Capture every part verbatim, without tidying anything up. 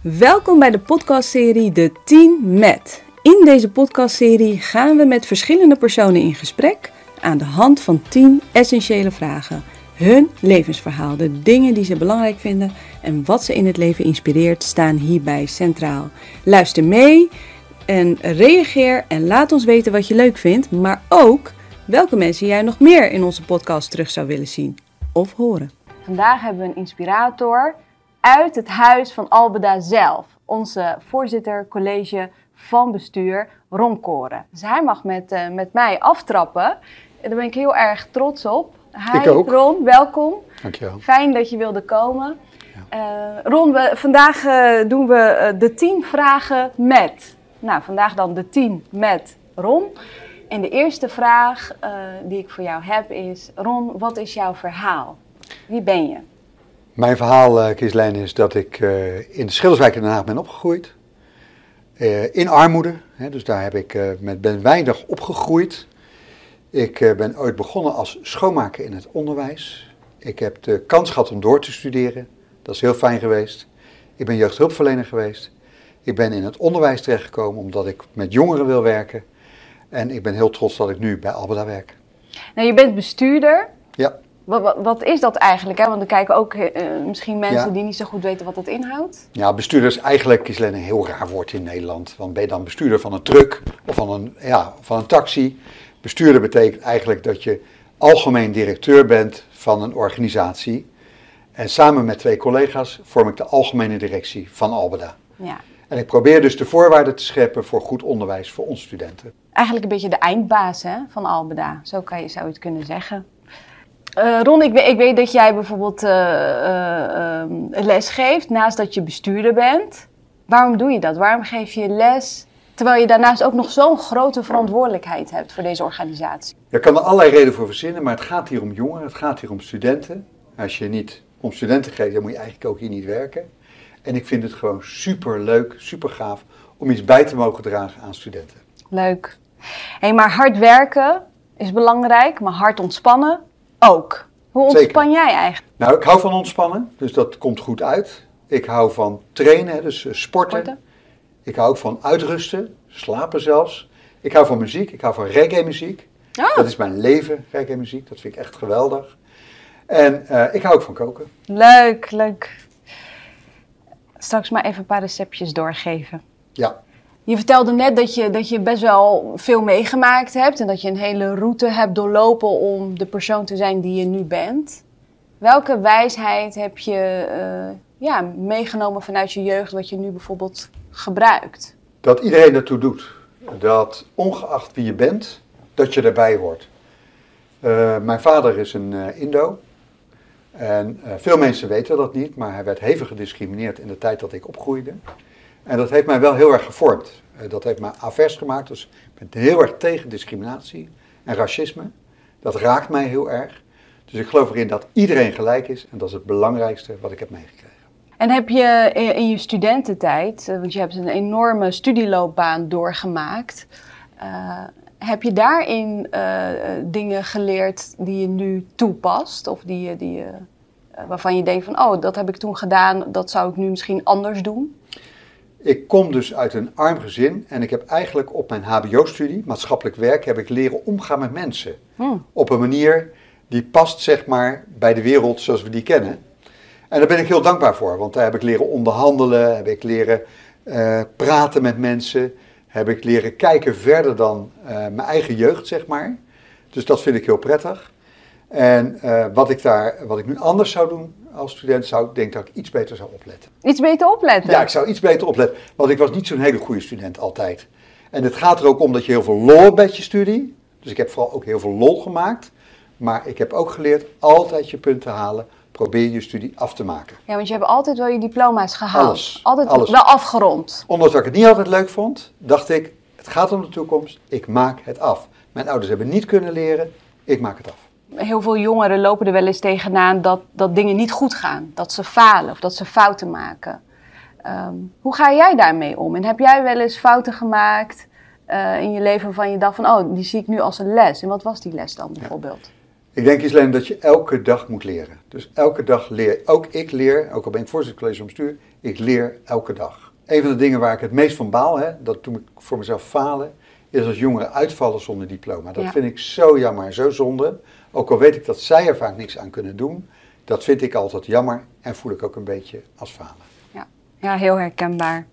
Welkom bij de podcastserie De tien Met. In deze podcastserie gaan we met verschillende personen in gesprek aan de hand van tien essentiële vragen. Hun levensverhaal, de dingen die ze belangrijk vinden en wat ze in het leven inspireert staan hierbij centraal. Luister mee en reageer en laat ons weten wat je leuk vindt, maar ook welke mensen jij nog meer in onze podcast terug zou willen zien of horen. Vandaag hebben we een inspirator uit het huis van Albeda zelf. Onze voorzitter college van bestuur, Ron Koren. Dus hij mag met, uh, met mij aftrappen. Daar ben ik heel erg trots op. Hi, ik ook. Ron, welkom. Dankjewel. Fijn dat je wilde komen. Ja. Uh, Ron, we, vandaag uh, doen we uh, de tien vragen met. Nou, vandaag dan de tien met Ron. En de eerste vraag uh, die ik voor jou heb is... Ron, wat is jouw verhaal? Wie ben je? Mijn verhaal, uh, Kislijn, is dat ik uh, in de Schilderswijk in Den Haag ben opgegroeid. Uh, in armoede, hè, dus daar heb ik, uh, met, ben weinig opgegroeid. Ik uh, ben ooit begonnen als schoonmaker in het onderwijs. Ik heb de kans gehad om door te studeren. Dat is heel fijn geweest. Ik ben jeugdhulpverlener geweest. Ik ben in het onderwijs terechtgekomen omdat ik met jongeren wil werken. En ik ben heel trots dat ik nu bij Albeda werk. Nou, je bent bestuurder. Ja. Wat, wat, wat is dat eigenlijk? Hè? Want er kijken ook uh, misschien mensen Ja. die niet zo goed weten wat dat inhoudt. Ja, bestuurder is eigenlijk is een heel raar woord in Nederland. Want ben je dan bestuurder van een truck of van een, ja, van een taxi? Bestuurder betekent eigenlijk dat je algemeen directeur bent van een organisatie. En samen met twee collega's vorm ik de algemene directie van Albeda. Ja. En ik probeer dus de voorwaarden te scheppen voor goed onderwijs voor onze studenten. Eigenlijk een beetje de eindbaas, hè, van Albeda. Zo kan je, zou je het kunnen zeggen. Uh, Ron, ik weet, ik weet dat jij bijvoorbeeld uh, uh, um, les geeft naast dat je bestuurder bent. Waarom doe je dat? Waarom geef je les terwijl je daarnaast ook nog zo'n grote verantwoordelijkheid hebt voor deze organisatie? Je kan er allerlei redenen voor verzinnen, maar het gaat hier om jongeren, het gaat hier om studenten. Als je niet om studenten geeft, dan moet je eigenlijk ook hier niet werken. En ik vind het gewoon super leuk, super gaaf om iets bij te mogen dragen aan studenten. Leuk. Hey, maar hard werken is belangrijk, maar hard ontspannen ook. Hoe ontspan Zeker. jij eigenlijk? Nou, ik hou van ontspannen, dus dat komt goed uit. Ik hou van trainen, dus uh, sporten. Sporten. Ik hou ook van uitrusten, slapen zelfs. Ik hou van muziek, ik hou van reggae muziek. Oh. Dat is mijn leven, reggae muziek, dat vind ik echt geweldig. En uh, ik hou ook van koken. Leuk, leuk. Straks maar even een paar receptjes doorgeven. Ja. Je vertelde net dat je, dat je best wel veel meegemaakt hebt en dat je een hele route hebt doorlopen om de persoon te zijn die je nu bent. Welke wijsheid heb je uh, ja, meegenomen vanuit je jeugd wat je nu bijvoorbeeld gebruikt? Dat iedereen ertoe doet. Dat ongeacht wie je bent, dat je erbij hoort. Uh, mijn vader is een uh, Indo. En uh, veel mensen weten dat niet, maar hij werd hevig gediscrimineerd in de tijd dat ik opgroeide. En dat heeft mij wel heel erg gevormd. Uh, dat heeft mij avers gemaakt, dus ik ben heel erg tegen discriminatie en racisme. Dat raakt mij heel erg. Dus ik geloof erin dat iedereen gelijk is en dat is het belangrijkste wat ik heb meegekregen. En heb je in je studententijd, want je hebt een enorme studieloopbaan doorgemaakt, uh, heb je daarin uh, dingen geleerd die je nu toepast? Of die je, die je, uh, waarvan je denkt van, oh, dat heb ik toen gedaan, dat zou ik nu misschien anders doen? Ik kom dus uit een arm gezin en ik heb eigenlijk op mijn hbo-studie, maatschappelijk werk, heb ik leren omgaan met mensen. Hmm. Op een manier die past, zeg maar, bij de wereld zoals we die kennen. En daar ben ik heel dankbaar voor, want daar heb ik leren onderhandelen, heb ik leren uh, praten met mensen, heb ik leren kijken verder dan uh, mijn eigen jeugd, zeg maar. Dus dat vind ik heel prettig. En uh, wat ik daar, wat ik nu anders zou doen als student, zou ik denk dat ik iets beter zou opletten. Iets beter opletten? Ja, ik zou iets beter opletten, want ik was niet zo'n hele goede student altijd. En het gaat er ook om dat je heel veel lol hebt met je studie. Dus ik heb vooral ook heel veel lol gemaakt. Maar ik heb ook geleerd altijd je punten halen. Probeer je studie af te maken. Ja, want je hebt altijd wel je diploma's gehaald. Alles. Altijd alles. wel afgerond. Ondanks dat ik het niet altijd leuk vond, dacht ik, het gaat om de toekomst, ik maak het af. Mijn ouders hebben niet kunnen leren, ik maak het af. Heel veel jongeren lopen er wel eens tegenaan dat, dat dingen niet goed gaan. Dat ze falen of dat ze fouten maken. Um, hoe ga jij daarmee om? En heb jij wel eens fouten gemaakt uh, in je leven waarvan je dacht van, oh, die zie ik nu als een les. En wat was die les dan bijvoorbeeld? Ja. Ik denk iets alleen dat je elke dag moet leren. Dus elke dag leer, ook ik leer, ook al ben ik voorzitter college van bestuur, ik leer elke dag. Een van de dingen waar ik het meest van baal, hè, dat doe ik voor mezelf falen, is als jongeren uitvallen zonder diploma. Dat ja. vind ik zo jammer, zo zonde. Ook al weet ik dat zij er vaak niks aan kunnen doen, dat vind ik altijd jammer en voel ik ook een beetje als falen. Ja, ja heel herkenbaar.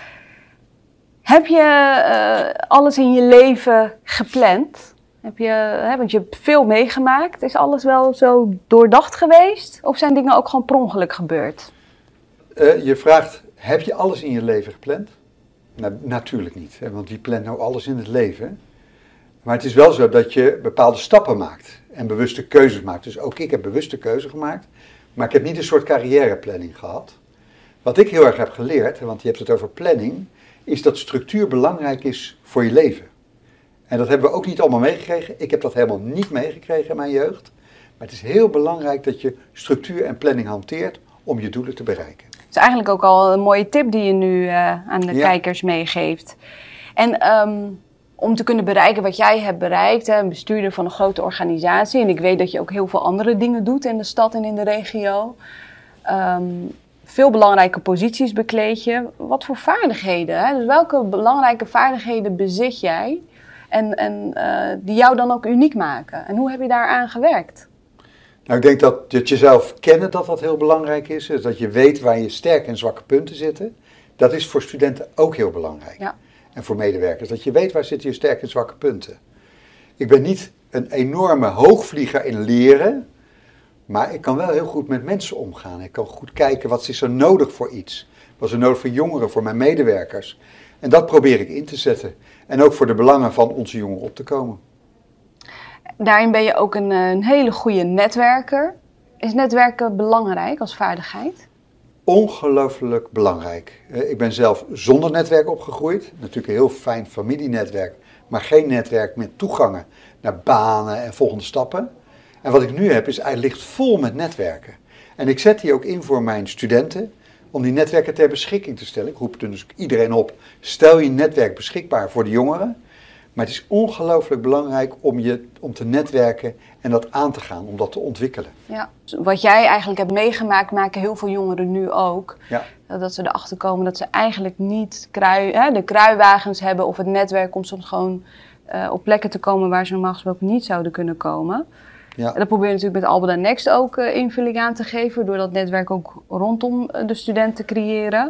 Heb je uh, alles in je leven gepland? Heb je, hè, want je hebt veel meegemaakt. Is alles wel zo doordacht geweest? Of zijn dingen ook gewoon per ongeluk gebeurd? Uh, je vraagt, heb je alles in je leven gepland? Nou, natuurlijk niet, hè, want wie plant nou alles in het leven? Maar het is wel zo dat je bepaalde stappen maakt en bewuste keuzes maakt. Dus ook ik heb bewuste keuze gemaakt, maar ik heb niet een soort carrièreplanning gehad. Wat ik heel erg heb geleerd, want je hebt het over planning, is dat structuur belangrijk is voor je leven. En dat hebben we ook niet allemaal meegekregen. Ik heb dat helemaal niet meegekregen in mijn jeugd. Maar het is heel belangrijk dat je structuur en planning hanteert om je doelen te bereiken. Dat is eigenlijk ook al een mooie tip die je nu uh, aan de ja. kijkers meegeeft. En um, om te kunnen bereiken wat jij hebt bereikt, hè, een bestuurder van een grote organisatie. En ik weet dat je ook heel veel andere dingen doet in de stad en in de regio. Um, veel belangrijke posities bekleed je. Wat voor vaardigheden? Hè? Dus welke belangrijke vaardigheden bezit jij? En, en uh, die jou dan ook uniek maken. En hoe heb je daaraan gewerkt? Nou, ik denk dat het jezelf kennen dat dat heel belangrijk is. Dus dat je weet waar je sterke en zwakke punten zitten. Dat is voor studenten ook heel belangrijk. Ja. En voor medewerkers. Dat je weet waar zitten je sterke en zwakke punten. Ik ben niet een enorme hoogvlieger in leren. Maar ik kan wel heel goed met mensen omgaan. Ik kan goed kijken wat is er nodig voor iets. Wat is er nodig voor jongeren, voor mijn medewerkers. En dat probeer ik in te zetten. En ook voor de belangen van onze jongeren op te komen. Daarin ben je ook een, een hele goede netwerker. Is netwerken belangrijk als vaardigheid? Ongelooflijk belangrijk. Ik ben zelf zonder netwerk opgegroeid. Natuurlijk een heel fijn familienetwerk. Maar geen netwerk met toegangen naar banen en volgende stappen. En wat ik nu heb is eigenlijk ligt vol met netwerken. En ik zet die ook in voor mijn studenten. Om die netwerken ter beschikking te stellen. Ik roep dus iedereen op, stel je netwerk beschikbaar voor de jongeren. Maar het is ongelooflijk belangrijk om, je, om te netwerken en dat aan te gaan, om dat te ontwikkelen. Ja. Wat jij eigenlijk hebt meegemaakt, maken heel veel jongeren nu ook. Ja. Dat ze erachter komen dat ze eigenlijk niet krui, hè, de kruiwagens hebben of het netwerk om soms gewoon uh, op plekken te komen waar ze normaal gesproken niet zouden kunnen komen. Ja. En dat probeer je natuurlijk met Albeda Next ook uh, invulling aan te geven, door dat netwerk ook rondom uh, de student te creëren.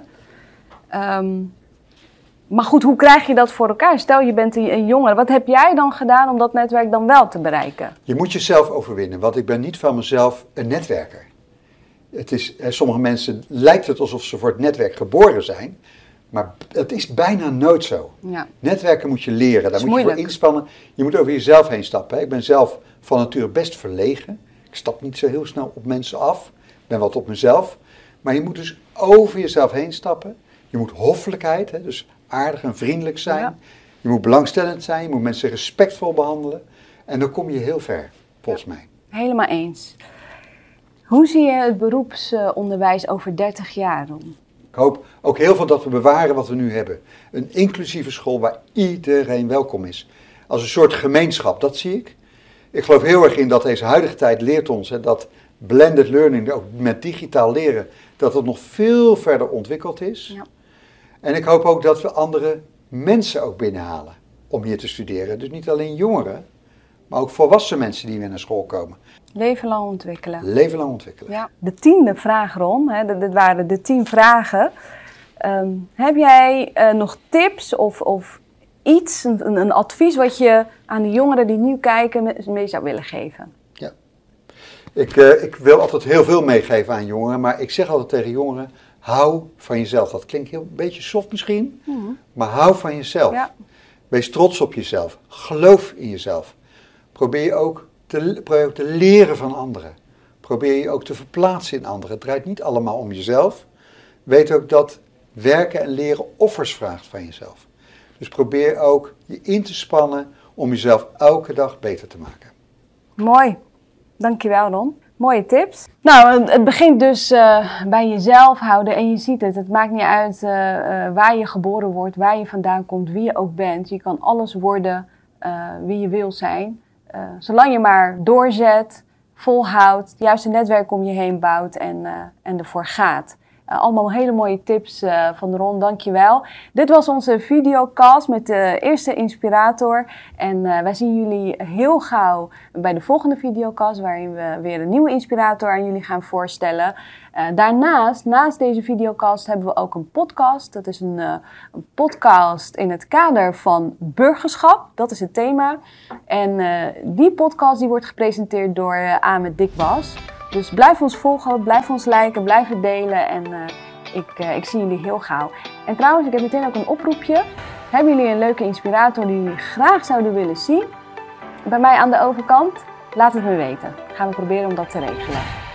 Um, maar goed, hoe krijg je dat voor elkaar? Stel je bent een, een jongere, wat heb jij dan gedaan om dat netwerk dan wel te bereiken? Je moet jezelf overwinnen, want ik ben niet van mezelf een netwerker. Het is, hè, sommige mensen lijkt het alsof ze voor het netwerk geboren zijn, maar het is bijna nooit zo. Ja. Netwerken moet je leren, daar moet moeilijk. je voor inspannen. Je moet over jezelf heen stappen. Hè. Ik ben zelf van nature best verlegen. Ik stap niet zo heel snel op mensen af. Ik ben wat op mezelf. Maar je moet dus over jezelf heen stappen. Je moet hoffelijkheid, hè, dus aardig en vriendelijk zijn. Ja. Je moet belangstellend zijn. Je moet mensen respectvol behandelen. En dan kom je heel ver, volgens ja. mij. Helemaal eens. Hoe zie je het beroepsonderwijs over dertig jaar, Ron? Ik hoop ook heel veel dat we bewaren wat we nu hebben. Een inclusieve school waar iedereen welkom is. Als een soort gemeenschap, dat zie ik. Ik geloof heel erg in dat deze huidige tijd leert ons hè, dat blended learning, ook met digitaal leren, dat het nog veel verder ontwikkeld is. Ja. En ik hoop ook dat we andere mensen ook binnenhalen om hier te studeren. Dus niet alleen jongeren, maar ook volwassen mensen die weer naar school komen. Leven lang ontwikkelen. Leven lang ontwikkelen. Ja. De tiende vraag, Ron, hè, dit waren de tien vragen. Um, heb jij uh, nog tips of, of iets, een, een advies wat je aan de jongeren die nu kijken mee zou willen geven? Ja, ik, uh, ik wil altijd heel veel meegeven aan jongeren, maar ik zeg altijd tegen jongeren, hou van jezelf. Dat klinkt heel, een beetje soft misschien, mm-hmm. maar hou van jezelf. Ja. Wees trots op jezelf. Geloof in jezelf. Probeer je ook te, probeer ook te leren van anderen. Probeer je ook te verplaatsen in anderen. Het draait niet allemaal om jezelf. Weet ook dat werken en leren offers vraagt van jezelf. Dus probeer ook je in te spannen om jezelf elke dag beter te maken. Mooi. Dankjewel, Ron. Mooie tips. Nou, het begint dus uh, bij jezelf houden en je ziet het. Het maakt niet uit uh, uh, waar je geboren wordt, waar je vandaan komt, wie je ook bent. Je kan alles worden uh, wie je wil zijn. uh, zolang je maar doorzet, volhoudt, het juiste netwerk om je heen bouwt en, uh, en ervoor gaat. Uh, allemaal hele mooie tips uh, van Ron, dankjewel. Dit was onze videocast met de eerste inspirator. En uh, wij zien jullie heel gauw bij de volgende videocast, waarin we weer een nieuwe inspirator aan jullie gaan voorstellen. Uh, daarnaast, naast deze videocast, hebben we ook een podcast. Dat is een, uh, een podcast in het kader van burgerschap. Dat is het thema. En uh, die podcast die wordt gepresenteerd door uh, Ahmed Dikbas. Dus blijf ons volgen, blijf ons liken, blijf het delen en uh, ik, uh, ik zie jullie heel gauw. En trouwens, ik heb meteen ook een oproepje. Hebben jullie een leuke inspirator die jullie graag zouden willen zien? Bij mij aan de overkant? Laat het me weten. Gaan we proberen om dat te regelen.